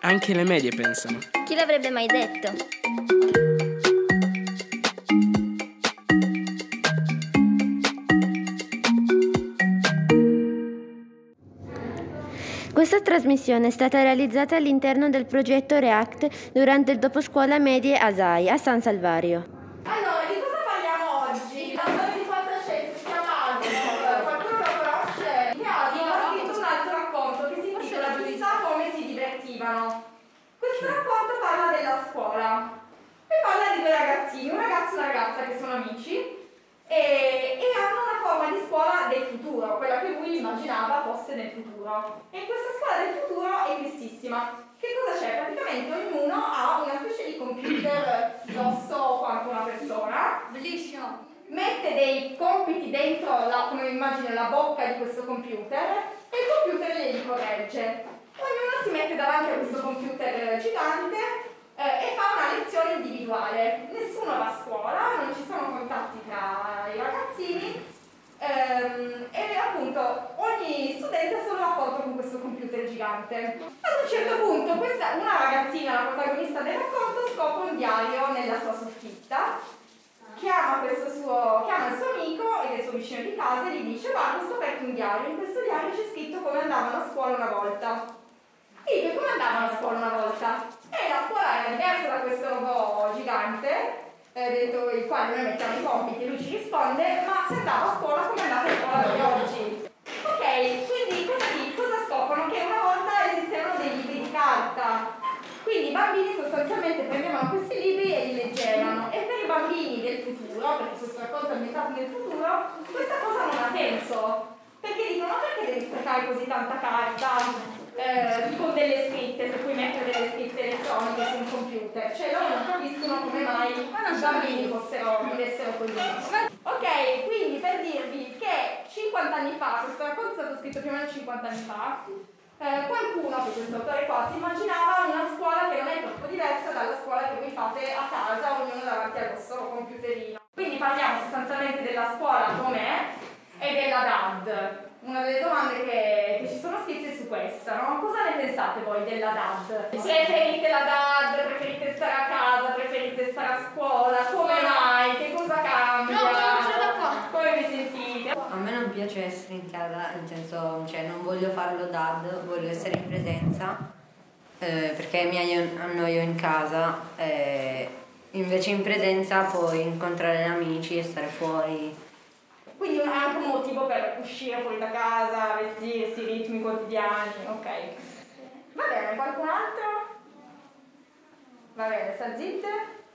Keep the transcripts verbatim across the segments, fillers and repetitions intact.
Anche le medie pensano. Chi l'avrebbe mai detto? Questa trasmissione è stata realizzata all'interno del progetto REACT durante il doposcuola medie A S A I a San Salvario. Allora, di cosa parliamo oggi? L'autore di fantascienza si chiama Asimov, qualcuno lo conosce? Che Asimov ha scritto un altro racconto che si intitola Chissà come si divertivano. Questo racconto parla della scuola e parla di due ragazzini, un ragazzo e una ragazza che sono amici e, e hanno una forma di scuola del futuro, quella che lui immaginava fosse nel futuro. E questa scuola del futuro è tristissima. Che cosa c'è? Praticamente ognuno ha una specie di computer grosso quanto una persona. Bellissimo! Mette dei compiti dentro, la, come immagino, la bocca di questo computer e il computer glieli corregge. Ognuno si mette davanti a questo computer gigante eh, e fa una lezione individuale. Nessuno va a scuola, non ci sono contatti tra i ragazzini ehm, e appunto ogni studente ha solo rapporto con questo computer gigante. Ad un certo punto questa, una ragazzina, la protagonista del racconto, scopre un diario nella sua soffitta, chiama, questo suo, chiama il suo amico ed è il suo vicino di casa e gli dice: guarda, ho scoperto un diario, in questo diario c'è scritto come andavano a scuola una volta. E dice: come andavano a scuola una volta? E la scuola era diversa da questo robot gigante eh, dentro il quale noi mettiamo i compiti e lui ci risponde, ma si andava a scuola come andate a scuola voi oggi. Ok, quindi cosa, cosa scoprono? Che una volta esistevano dei libri di carta, quindi i bambini sostanzialmente prendevano questi libri e li leggevano, e per i bambini del futuro, perché questo racconto è ambientato nel futuro, questa cosa non ha senso, perché dicono: perché devi sprecare così tanta carta eh, con delle scritte, se puoi mettere delle scritte elettroniche su un computer? Cioè loro non capiscono come mai i bambini fossero, vivessero così. Ok, quindi per dirvi che cinquanta anni fa, questo racconto è stato scritto più o meno cinquanta anni fa, eh, qualcuno, che questo autore qua, si immaginava una scuola che non è troppo diversa dalla scuola che voi fate a casa, ognuno davanti al vostro computerino. Quindi parliamo sostanzialmente della scuola com'è e della D A D. Una delle domande che, che ci sono scritte è su questa, no? Cosa ne pensate voi della D A D? Preferite la D A D? Preferite stare a casa? Preferite stare a scuola? Come mai? Che cosa cambia? No, non sono d'accordo. Come vi sentite? A me non piace essere in casa, nel senso, cioè non voglio farlo D A D, voglio essere in presenza eh, perché mi annoio in casa, eh, invece in presenza puoi incontrare amici e stare fuori. Quindi è anche un motivo per uscire fuori da casa, vestirsi, i ritmi quotidiani, ok. Va bene, qualcun altro? Va bene, sta zitte?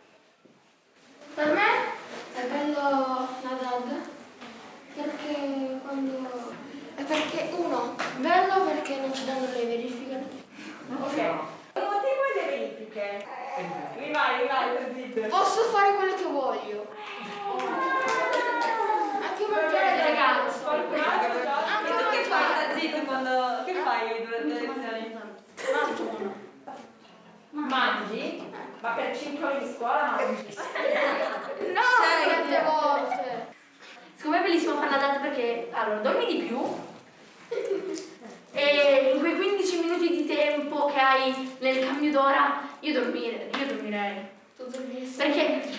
Per me è bello la D A D perché quando... è perché uno, bello perché non ci danno le verifiche. Ok. Un motivo è le verifiche. Rivai, rivai, sta zitte. Posso fare quello che voglio. Anche mangiare le ragazze. Qualcun altro? E tu che fai, sta zitto, quando... che fai durante le lezioni? Mangio. Mangi? Ma per cinque ore di scuola mangi? No, tante volte. Secondo me è bellissimo fare la D A D perché allora dormi di più e in quei quindici minuti di tempo che hai nel cambio d'ora io dormire, io dormirei. Tu dormiresti? Perché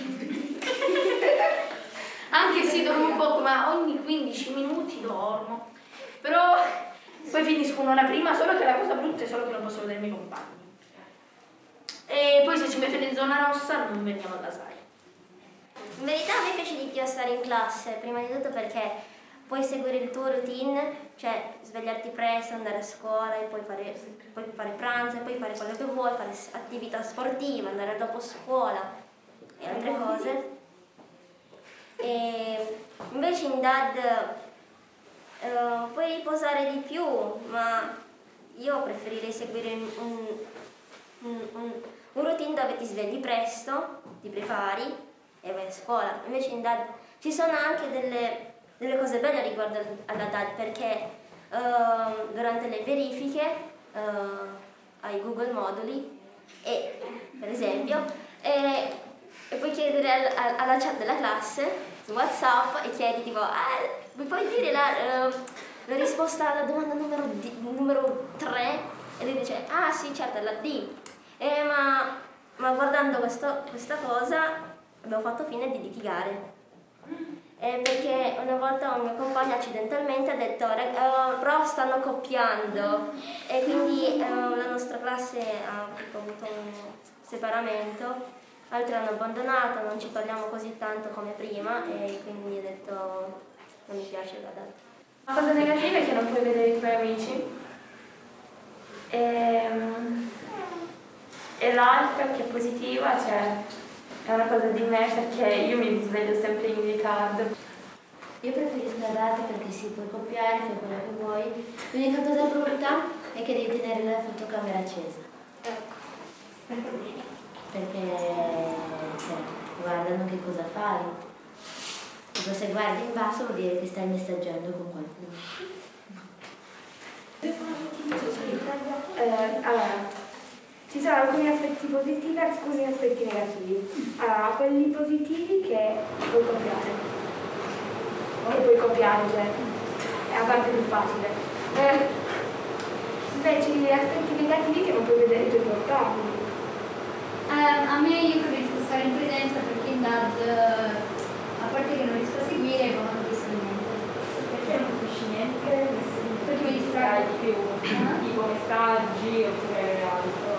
anche se dormo un poco, ma ogni quindici minuti dormo. Però poi finisco un'ora prima, solo che la cosa brutta è solo che non posso vedere i miei compagni. E poi se ci mettono in zona rossa non veniamo da sai. In verità a me piace di più stare in classe, prima di tutto perché puoi seguire il tuo routine, cioè svegliarti presto, andare a scuola e poi fare, poi fare pranzo e poi fare quello che vuoi, fare attività sportive, andare dopo scuola e altre cose. E invece in D A D uh, puoi riposare di più, ma io preferirei seguire un, un, un, un routine dove ti svegli presto, ti prepari e vai a scuola. Invece in D A D ci sono anche delle, delle cose belle riguardo alla D A D perché uh, durante le verifiche uh, hai Google Moduli e, per esempio e, e puoi chiedere al, al, alla chat della classe su WhatsApp e chiedi tipo ah, mi puoi dire la, uh, la risposta alla domanda numero, di, numero tre? E lui dice dice, ah sì certo è la D, eh, ma, ma guardando questo, questa cosa abbiamo fatto fine di litigare. Eh, perché una volta un mio compagno accidentalmente ha detto uh, prof stanno copiando e quindi uh, la nostra classe ha avuto un separamento, altri hanno abbandonato, non ci parliamo così tanto come prima e quindi ho detto non mi piace la data. La cosa negativa è che non puoi vedere i tuoi amici e, e l'altra che è positiva, cioè è una cosa di me perché io mi sveglio sempre in ritardo. Io preferisco la data perché si puoi copiare, fai quello che vuoi. L'unica cosa brutta è che devi tenere la fotocamera accesa. Ecco. Perché cioè, guardano che cosa fai. Tipo se guardi in basso vuol dire che stai messaggiando con qualcuno. Eh, allora, ci sono alcuni aspetti positivi e alcuni aspetti negativi. Allora, quelli positivi che puoi copiare. Che puoi copiare, cioè, è la parte più facile. Eh, invece gli aspetti negativi che non puoi vedere i tuoi portali. Eh, a me io preferisco stare in presenza perché in D A D, a parte che non riesco a seguire, ma non capisco niente. Perché non capisci niente? Perché mi distrai di più, Ah. tipo messaggi oppure altro.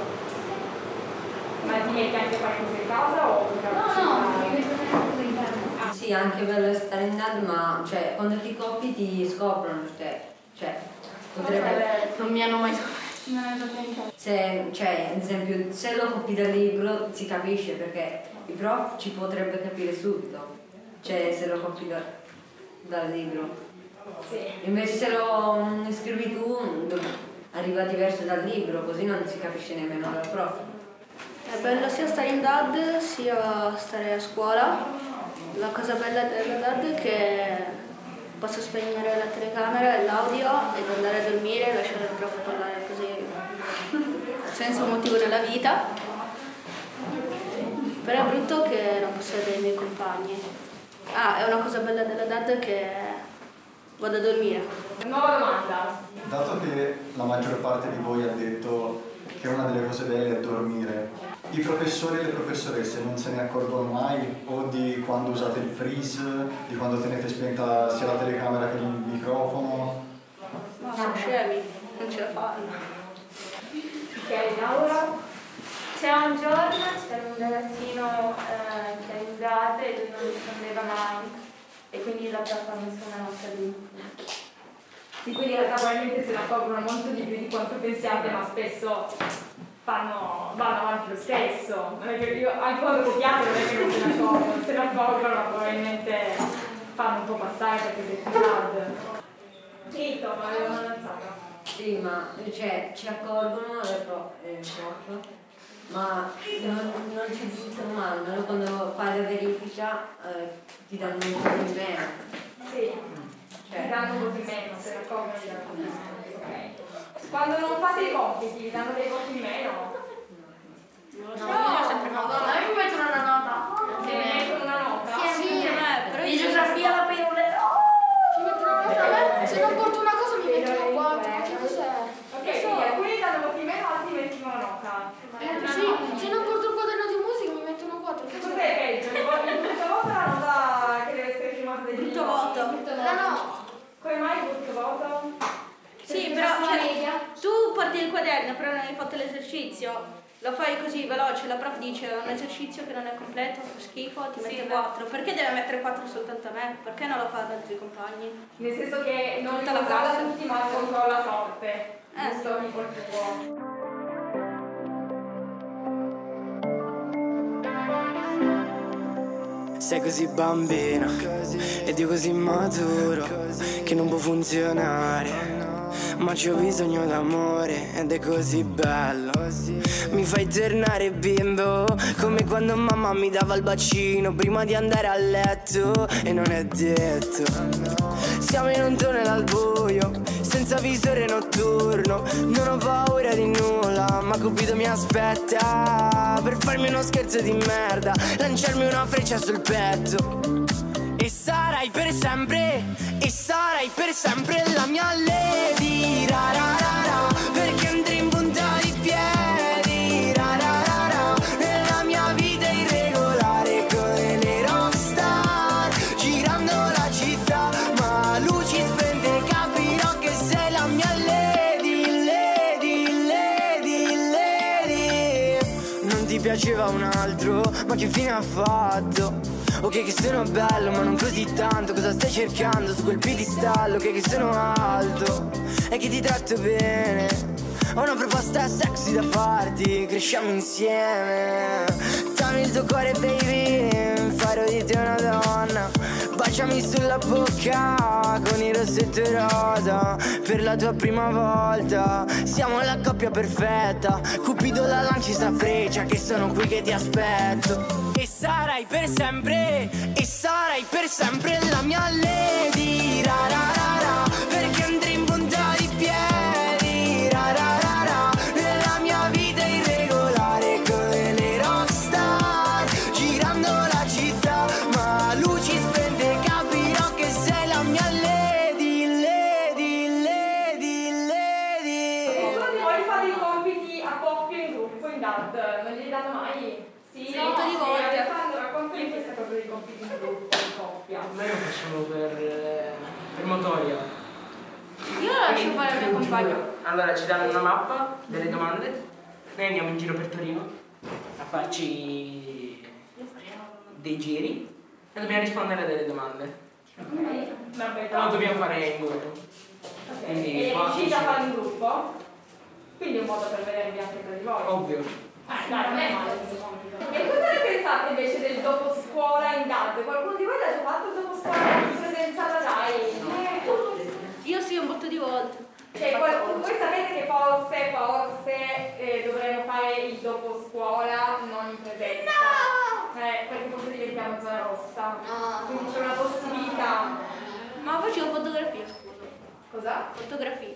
Ma ti metti anche a fare cose in casa o No, no, mi metto nella in casa. Sì, anche bello stare in D A D, ma cioè, quando ti copi ti scoprono, cioè, cioè potrebbe... Non mi hanno mai Non è esattamente. Se, cioè, ad esempio, se lo copi dal libro si capisce perché il prof ci potrebbe capire subito, cioè se lo copi da, dal libro. Sì. Invece se lo mm, scrivi tu dov- arriva diverso dal libro, così non si capisce nemmeno dal prof. È bello sia stare in D A D sia stare a scuola. La cosa bella della D A D è che posso spegnere la telecamera e l'audio ed andare a dormire e lasciare il prof parlare così senza un motivo nella vita. Però è brutto che non posso vedere i miei compagni. Ah, è una cosa bella della D A D che vado a dormire. Nuova domanda. Dato che la maggior parte di voi ha detto che una delle cose belle è dormire, i professori e le professoresse non se ne accorgono mai o di quando usate il freeze, di quando tenete spenta sia la telecamera che il microfono? No, sono scemi, non ce la fanno. Ok, Laura? C'è un giorno c'era un ragazzino eh, che aiutate e lui non rispondeva mai e quindi la prof ha messo una nota lì. Sì, quindi in realtà probabilmente se ne accorgono molto di più di quanto pensiate, ma spesso fanno, vanno avanti lo stesso. Non è che io, anche quando copiate non è che non se ne accorgono, se ne accorgono ma probabilmente fanno un po' passare perché sei più hard. Sì, Tom, avevo una alzata. Sì, ma cioè, ci accorgono le prof, eh, prof, ma non, non ci buttano male, no? Quando fai la verifica eh, ti danno un po' di meno. Sì, Cioè, ti danno un po' di meno, se ne accorgono di danno un po'. Ok. Quando non fate i compiti, vi danno dei voti di meno? No, io sempre no. A me mi mettono una nota. Ti mettono una nota? Sì, a me, però Di geografia la pirule. Ci mettono una nota a me, se non porto una cosa mi mettono quattro, ma che cos'è? Ok, quindi alcuni danno voti di meno, altri mettono una nota. Eh, sì, se non porto il quaderno di musica mi mettono quattro. Che Cos'è peggio? Il voto- il brutto voto o la nota che deve essere firmata dai brutto genitori? voto. La no. Come mai il brutto voto? Sì, però cioè, tu porti il quaderno, però non hai fatto l'esercizio, lo fai così veloce, la prof dice un esercizio che non è completo, fa schifo, ti mette quattro. Perché deve mettere quattro soltanto a me? Perché non lo fa ad altri compagni? Nel senso che non li Tutta la controlla classe. tutti, ma controlla sorte. Eh, Giusto ogni colpo tuo. Sei così bambino ed io così maturo che non può funzionare, ma c'ho bisogno d'amore ed è così bello. Mi fai tornare bimbo come quando mamma mi dava il bacino prima di andare a letto. E non è detto, siamo in un tunnel al buio senza visore notturno. Non ho paura di nulla, ma Cupido mi aspetta per farmi uno scherzo di merda, lanciarmi una freccia sul petto. E sarai per sempre, e sarai per sempre la mia lady, ra ra ra ra, perché andrei in punta di ti piaceva un altro, ma che fine ha fatto? Ok che sono bello ma non così tanto, cosa stai cercando su quel piedistallo? Ok che sono alto e che ti tratto bene, ho una proposta sexy da farti, cresciamo insieme. Dammi il tuo cuore baby, farò di te una donna, baciami sulla bocca con il rossetto rosa, per la tua prima volta. Siamo la coppia perfetta, Cupido la lanci sta freccia, che sono qui che ti aspetto. E sarai per sempre, e sarai per sempre la mia lady, ra ra ra ra, perché andrei in punta di piedi, ra ra ra ra, nella mia vita irregolare come le rockstar, girando la città, ma luci spente capirò che sei la mia lady, lady, lady, lady. Nessuno di voi fa dei compiti a coppia in gruppo in D A D? Non glieli danno mai? Sì, no, no, di volte. Alessandro, raccontami questa cosa dei compiti in gruppo, in coppia. Noi lo facciamo per, eh, per motoria. Io lo lascio fare al mio compagno. Allora ci danno una mappa, delle domande, noi andiamo in giro per Torino a farci dei giri e dobbiamo rispondere a delle domande. Ok, vabbè, Lo dobbiamo fare in gruppo. Ok, Quindi, e qua- riuscite a fare in gruppo? Quindi è un modo per vedervi anche tra di voi. Ovvio. Ah, dai, non è male questo compito. E cosa ne pensate invece del dopo scuola in D A D? Qualcuno di voi l'ha già fatto il dopo scuola in presenza alla D A I? Io sì, un botto di volte. Cioè, qualcuno, voi sapete che forse, forse eh, dovremmo fare il dopo scuola non in presenza. No! Eh, perché forse diventiamo zona rossa. No. Quindi c'è una possibilità. Ma facevo fotografia, scusa. Cosa? Fotografia.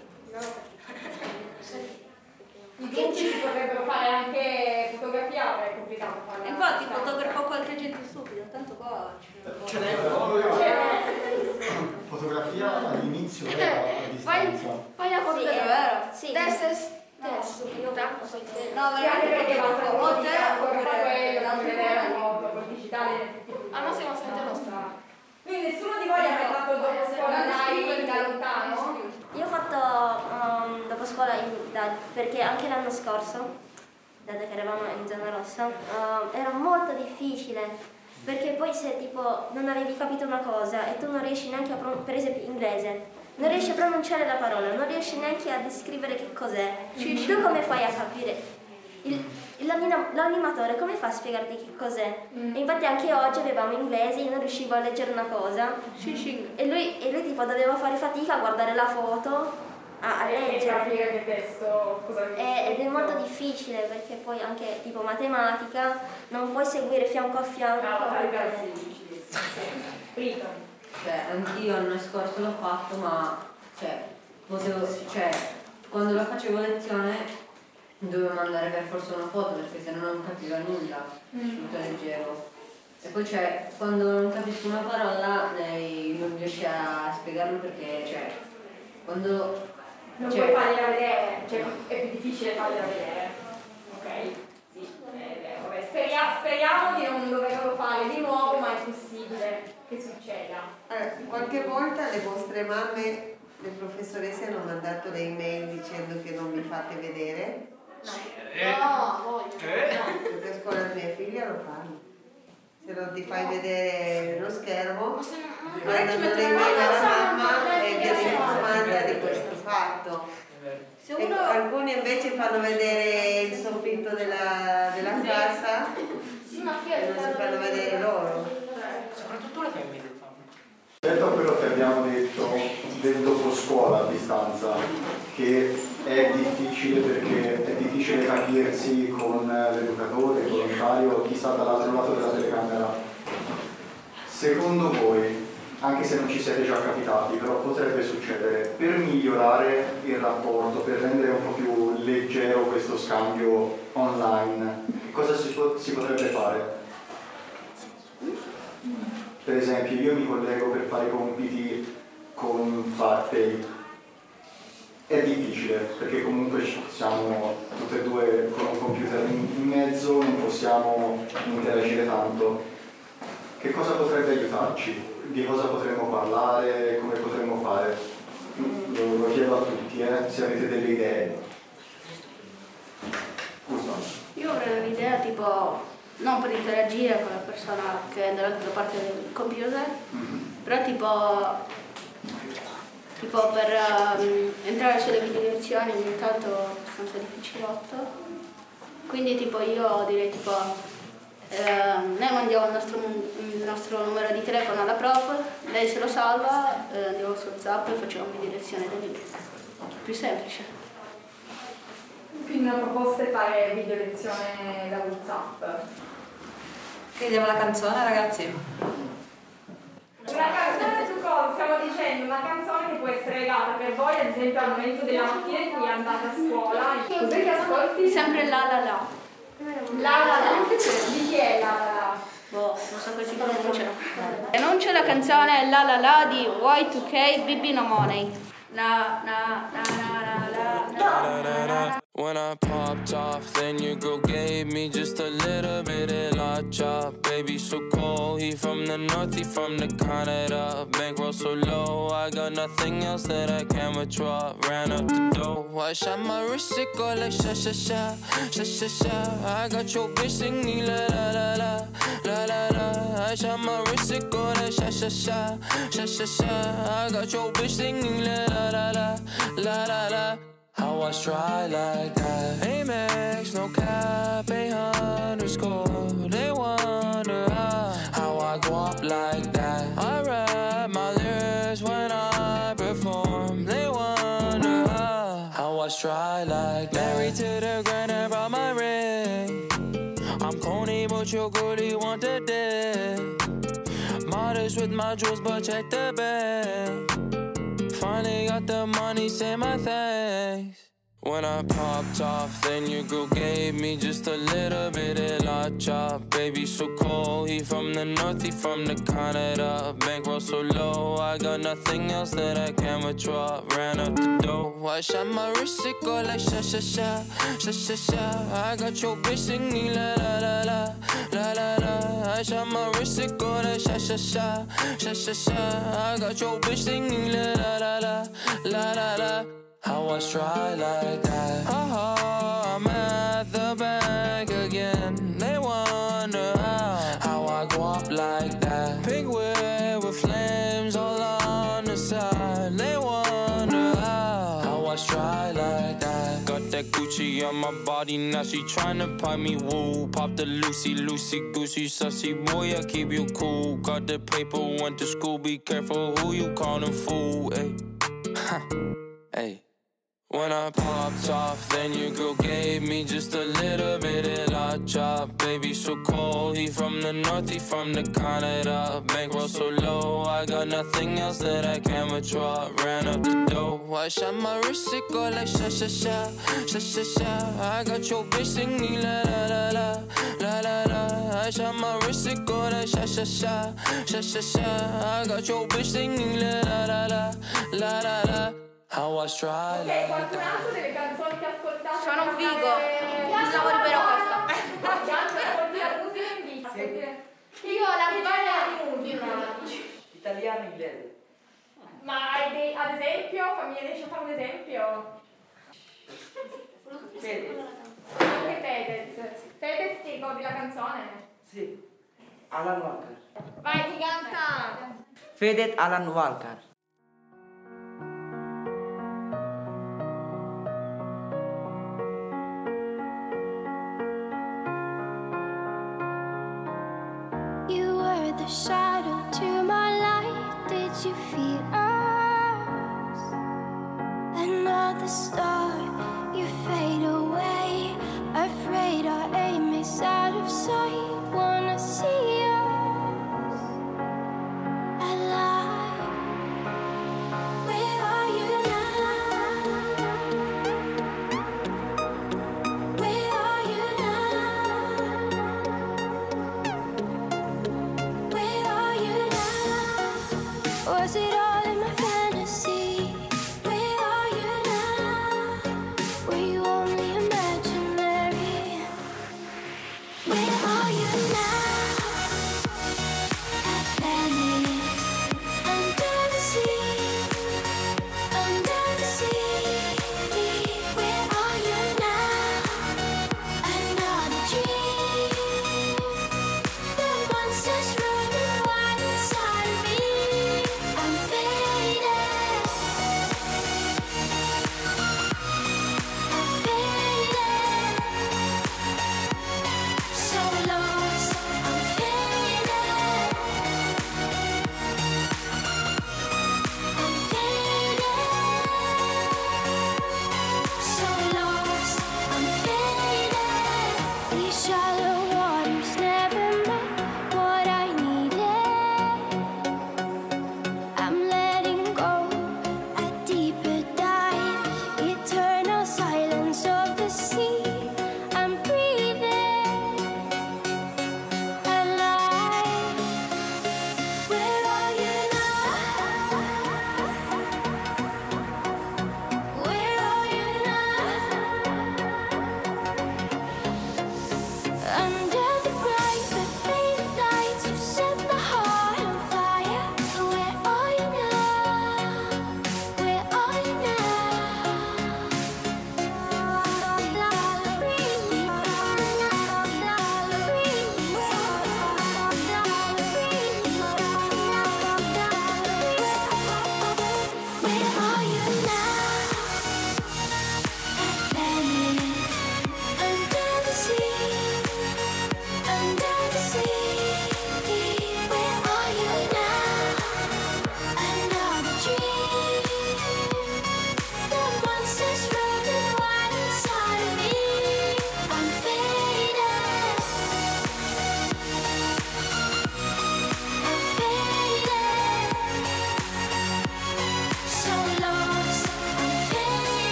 I gruppi si potrebbero fare anche fotografia, ma è complicato farla. Infatti fotografo qualche gente stupida, tanto qua Cioè, fotografia all'inizio era a distanza. Fai la foto Sì, del eh, vero. sì. Destra e No, destra. No, Sì, anche perché basta o o te te ancora oppure quello, non l'altro vedere la compagno. foto, col digitale è più Ah, ma siamo sempre lo Quindi nessuno di voi ha mai fatto il dopo scuola D A I da lontano? Io ho fatto um, dopo scuola in D A D perché anche l'anno scorso, dato che eravamo in zona rossa, um, era molto difficile perché poi se tipo non avevi capito una cosa e tu non riesci neanche a pronunciare, per esempio inglese, non riesci a pronunciare la parola, non riesci neanche a descrivere che cos'è, tu come fai a capire? Il, l'anima- l'animatore come fa a spiegarti che cos'è? E infatti anche oggi avevamo inglese, io non riuscivo a leggere una cosa e lui, e lui tipo doveva fare fatica a guardare la foto, a, a E leggere. capire che testo, cosa avete E- ed è scritto. molto difficile perché poi anche tipo matematica non puoi seguire fianco a fianco. No, fai perché- versi difficilissimi. Rita. Cioè, anch'io l'anno scorso l'ho fatto, ma cioè, potevo, cioè, quando lo facevo lezione dovevo mandare per forza una foto perché se no non capivo nulla, tutto leggevo. E poi cioè, quando non capisco una parola lei non riesce a spiegarlo perché cioè, quando... Non cioè, puoi fargliela vedere, cioè è più difficile fargliela vedere. Ok? Sì, è vero. Vabbè, speria- speriamo di non doverlo fare di nuovo, ma è possibile che succeda. Allora, qualche volta le vostre mamme, le professoresse hanno mandato le email dicendo che non vi fate vedere? No, voglio. Perché a scuola di mia figlia lo fanno. Se non ti fai vedere lo schermo, mandano l'email alla mamma e viene informata di questo fatto. Se E uno... alcuni invece fanno vedere il soffitto della, della casa Sì, ma chi e è non si fanno vedere loro. Soprattutto le femmine lo fanno. Rispetto a quello che abbiamo detto del dopo scuola a distanza, che è difficile perché è difficile capirsi con l'educatore, il volontario, chi sta dall'altro lato della telecamera. Secondo voi, anche se non ci siete già capitati, però potrebbe succedere, per migliorare il rapporto, per rendere un po' più leggero questo scambio online, che cosa si, po- si potrebbe fare? Per esempio, io mi collego per fare i compiti con Fartape. È difficile perché comunque ci- siamo tutte e due con un computer in in mezzo, non possiamo interagire tanto. Che cosa potrebbe aiutarci? Di cosa potremmo parlare? Come potremmo fare? Lo, lo chiedo a tutti, eh, se avete delle idee. Scusa. Io proporre un'idea tipo non per interagire con la persona che è dall'altra parte del computer, però tipo, tipo per um, entrare sulle videolezioni ogni tanto è abbastanza difficilotto. Quindi tipo io direi tipo eh, noi mandiamo il nostro, il nostro numero di telefono alla prof, lei se lo salva, eh, andiamo su WhatsApp e facciamo video lezione da lì. Più semplice. Quindi una proposta è fare video lezione da WhatsApp. Chiediamo la canzone, ragazzi. Una canzone su cosa? Stiamo dicendo una canzone che può essere legata per voi ad esempio al momento della mattina in cui andate a scuola. Cos'è che ascolti? Sempre la la la. La la la. Di chi è la la la? Boh, non so come si pronunciano. Annuncio la canzone La La La di Y due K Bibi No Money. Na na na na na na na na. When I popped off, then your girl gave me just a little bit of la chop. Baby, so cold, he from the north, he from the Canada. Bankroll so low, I got nothing else that I can withdraw. Ran up the dough, I shot my wrist, it go like sha sha sha, sha sha sha. I got your bitch singing la la la la, la la la. I shot my wrist, it go like sha sha sha, sha sha sha. I got your bitch singing la la la la, la la la. How I try like that. Amex, no cap, a underscore. They wonder how, how I go up like that. I rap my lyrics when I perform. They wonder how, how I try like that. Married to the grind, I brought my ring. I'm corny, but your girlie want the dick. Modest with my jewels, but check the bag. Finally got the money, say my thanks. When I popped off, then your girl gave me just a little bit of la chop. Baby, so cold, he from the north, he from the Canada. Bankroll so low, I got nothing else that I can withdraw. Ran up the dough, I shot my wrist, it go like sha sha sha, sha sha sha. I got your bitch singing la la la la, la la la. I shot my wrist, it go like sha sha sha, sha sha sha. I got your bitch singing la la la la, la la la. How I try like that. Oh, I'm at the bank again. They wonder how, how I go up like that. Pink whip with flames all on the side. They wonder how, how I try like that. Got that Gucci on my body, now she tryna pipe me woo. Pop the Lucy, Lucy, Goosey, sussy boy, I keep you cool. Got the paper, went to school, be careful who you callin' fool. Ayy, ayy. When I popped off, then your girl gave me just a little bit of la chop. Baby, so cold, he from the north, he from the Canada. Bankroll so low, I got nothing else that I can withdraw. Ran up the dough, I shot my wrist, it go like sha sha sha, sha sha sha. I got your bitch singing la la la la, la la la. I shot my wrist, it go like sha sha sha, sha sha sha. I got your bitch singing la la la la, la la la. How I try Ok, like qualcun altro delle canzoni che ascoltate? Sono un figo. Non Stavo libero questa. Bianca, ascolti la musica in vita. Io la voglia di musica. Italiano, inglese. Ma hai dei, ad esempio, fammi riesci a fare un esempio? Fedez. Anche Fedez. Fedez ti ricordi la canzone? Sì. Alan Walker. Vai, chi canta? Fedez, Alan Walker. The shadow to my light, did you feel us? Another star, you fade away. Afraid our aim is out of sight. Wanna see us alive. Where are you now? Where are you now? Was it all in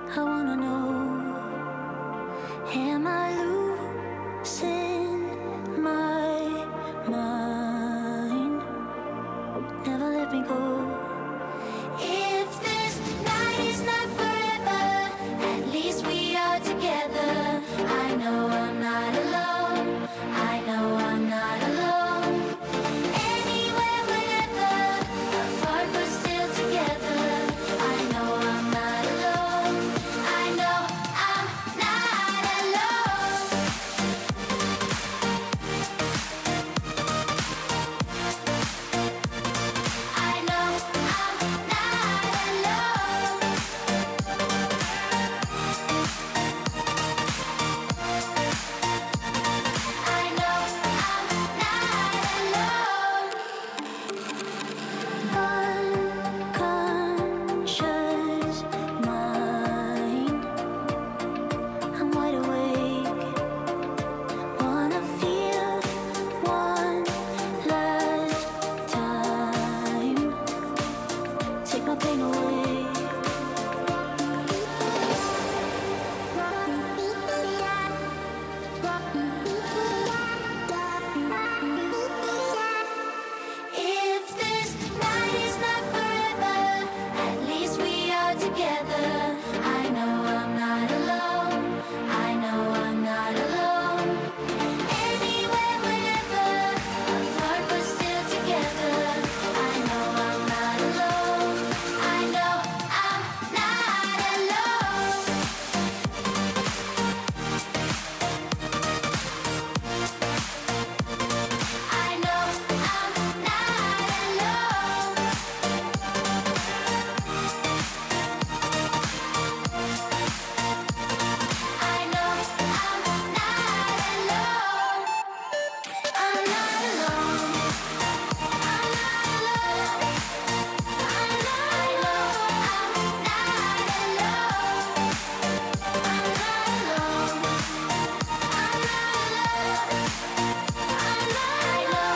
I wanna know, am I losing my mind? Never let me go. If this night is not forever, at least we are together. I know I'm not alone. I know I'm not alone. Anywhere, whenever, apart but still together. I know I'm not alone. I know I'm not alone. I know I'm not alone. I know I'm not alone. Unconscious mind, I'm wide awake. Wanna feel one last time. Take my pain away. If this night is not forever, at least we are together. I know I'm not alone. I know I'm not alone. Anywhere, whenever, apart but still together. I know I'm not alone. I know I'm not alone. I know I'm not alone. I know I'm not alone. I'm not alone. I'm not alone. I know I'm not alone. I'm not alone. I'm not alone. I know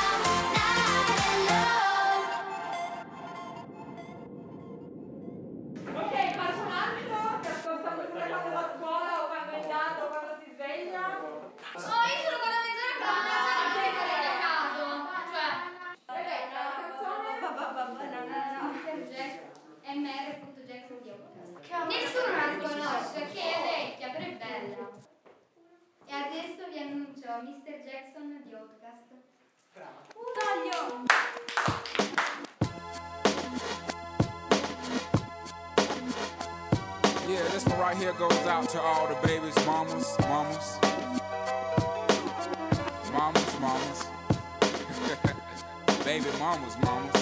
Ok, faccio un altro che ascolta pure quando va a scuola o quando è andato o quando si sveglia. Oh, io sono con la mezz'ora per la mezz'ora a caso. Cioè, Rebecca, la canzone? mister Jack, M R Jackson di Outcast. Nessuno la conosce, che è vecchia, però è bella. E adesso vi annuncio mister Jackson di Outcast. Un taglio! Yeah, this one right here goes out to all the babies, mamas, mamas, mamas, mamas, baby mamas, mamas.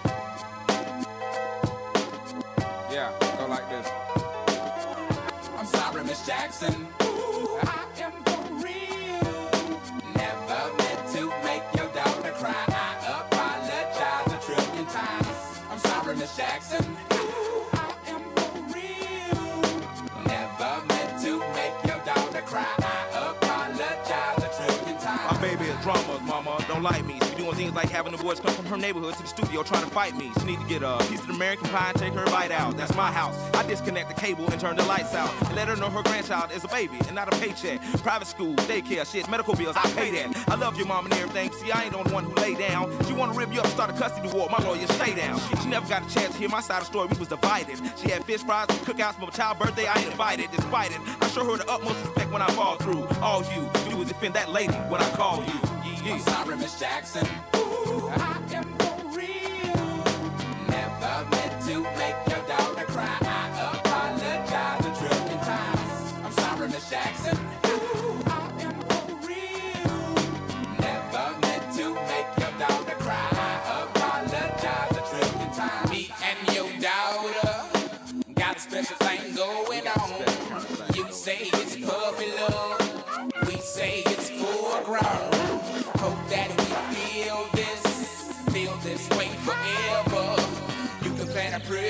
Yeah, go like this. I'm sorry, Miss Jackson. Ooh, I am for real. Never meant to make your daughter cry. I apologize a trillion times. I'm sorry, Miss Jackson. Ooh, I am for real. Never meant to make your daughter cry. I apologize a trillion times. My baby is drama, mama, don't like me. She be doing things like having the boys come from her neighborhood to the studio trying to fight me. She need to get a piece of American pie and take her bite out. That's my house. I disconnect the cable and turn the lights out. And let her know her grandchild is a baby and not a paycheck. Private school, daycare, shit, medical bills, I pay that. I love your mom and everything. See, I ain't the only one who lay down. She wanna rip you up, start a custody war. My lawyer, stay down. She never got a chance to hear my side of the story. We was divided. She had fish fries and cookouts for my child's birthday. I ain't invited, despite it. I show her the utmost respect when I fall through. All you do is defend that lady when I call you. Yeah. I'm sorry, Miss Jackson. Ooh, I am for real. Never meant to make your daughter cry. I apologize a trillion times. I'm sorry, Miss Jackson. Ooh, I am for real. Never meant to make your daughter cry. I apologize a trillion times. Me and your daughter got a special thing going on. You say it's puppy love. We say it's full grown. Hope that we feel this, feel this way forever. You can plant a pretty picture.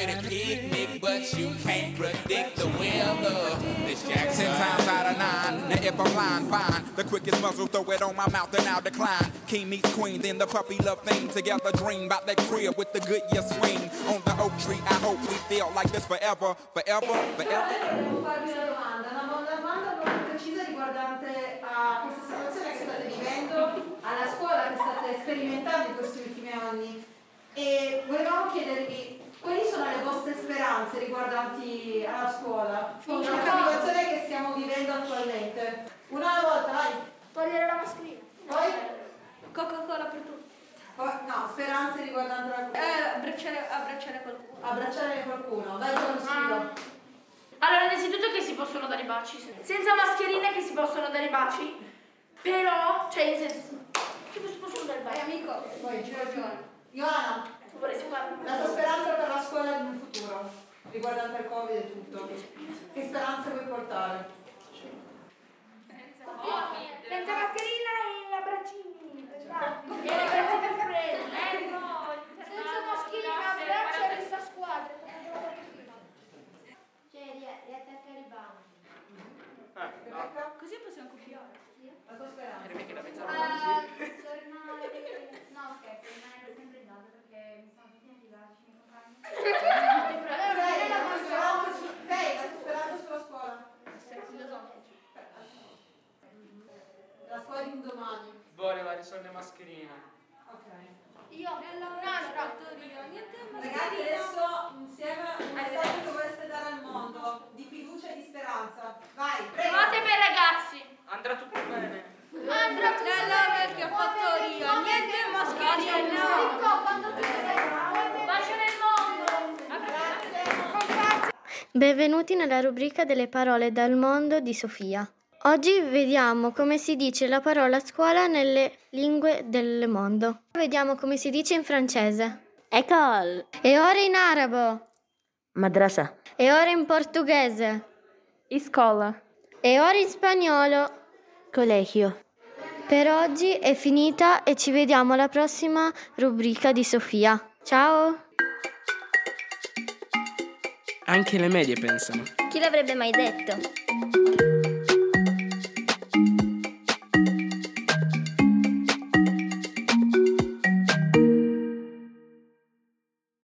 picnic, but you can't predict the weather. This Jackson. Ten times out of nine, now if I'm lying, fine. The quickest muzzle, throw it on my mouth and I'll decline. King meets queen, then the puppy love thing. Together dream about that crib with the good year swing. On the oak tree, I hope we feel like this forever, forever, forever. Devo farvi una domanda, una domanda proprio precisa riguardante a questa situazione che state vivendo, alla scuola che state sperimentando in questi ultimi anni. E volevamo chiedervi quali sono le vostre speranze riguardanti alla scuola, con la situazione che stiamo vivendo attualmente. Una alla volta, vai! Togliere la mascherina. Poi? Coca-Cola per tutti. No, speranze riguardanti la Eh, abbracciare, abbracciare qualcuno. Abbracciare qualcuno, vai con lo sfido. Allora, innanzitutto che si possono dare baci. Senza mascherine che si possono dare baci. Però, cioè, in senso, che si possono dare baci. Eh, amico, poi c'è ragione. Ioana, tu vorresti farlo? La tua speranza per la scuola in un futuro, riguardante il Covid e tutto. Che speranze vuoi portare? Senza mascherina e abbraccini. E le braccia per freddo. Eh no. Senza mascherina, abbraccia e resta a squadra. Cioè, riattaccare i banchi. Così possiamo copiare. La tua speranza? Uh, tornare... No, scherzo, rimanere sempre in data perché mi sono tutti antipatici i miei compagni. Lei, la tua speranza su- lei, la tua speranza sulla scuola? La scuola di un domani. Vuole fare solo le mascherine. Ok. Io nella fattoria, niente Ragazzi, adesso insieme un messaggio che vorreste dare al mondo di fiducia e di speranza. Vai, prego. Fate per ragazzi. Andrà tutto bene. Andrà nella vecchia fattoria, niente mascherina. Quando tu sei Bacio nel mondo. Benvenuti nella rubrica delle parole dal mondo di Sofia. Oggi vediamo come si dice la parola scuola nelle lingue del mondo. Vediamo come si dice in francese. École. E ora in arabo. Madrasa. E ora in portoghese. Escola. E ora in spagnolo. Colegio. Per oggi è finita e ci vediamo alla prossima rubrica di Sofia. Ciao! Anche le medie pensano. Chi l'avrebbe mai detto?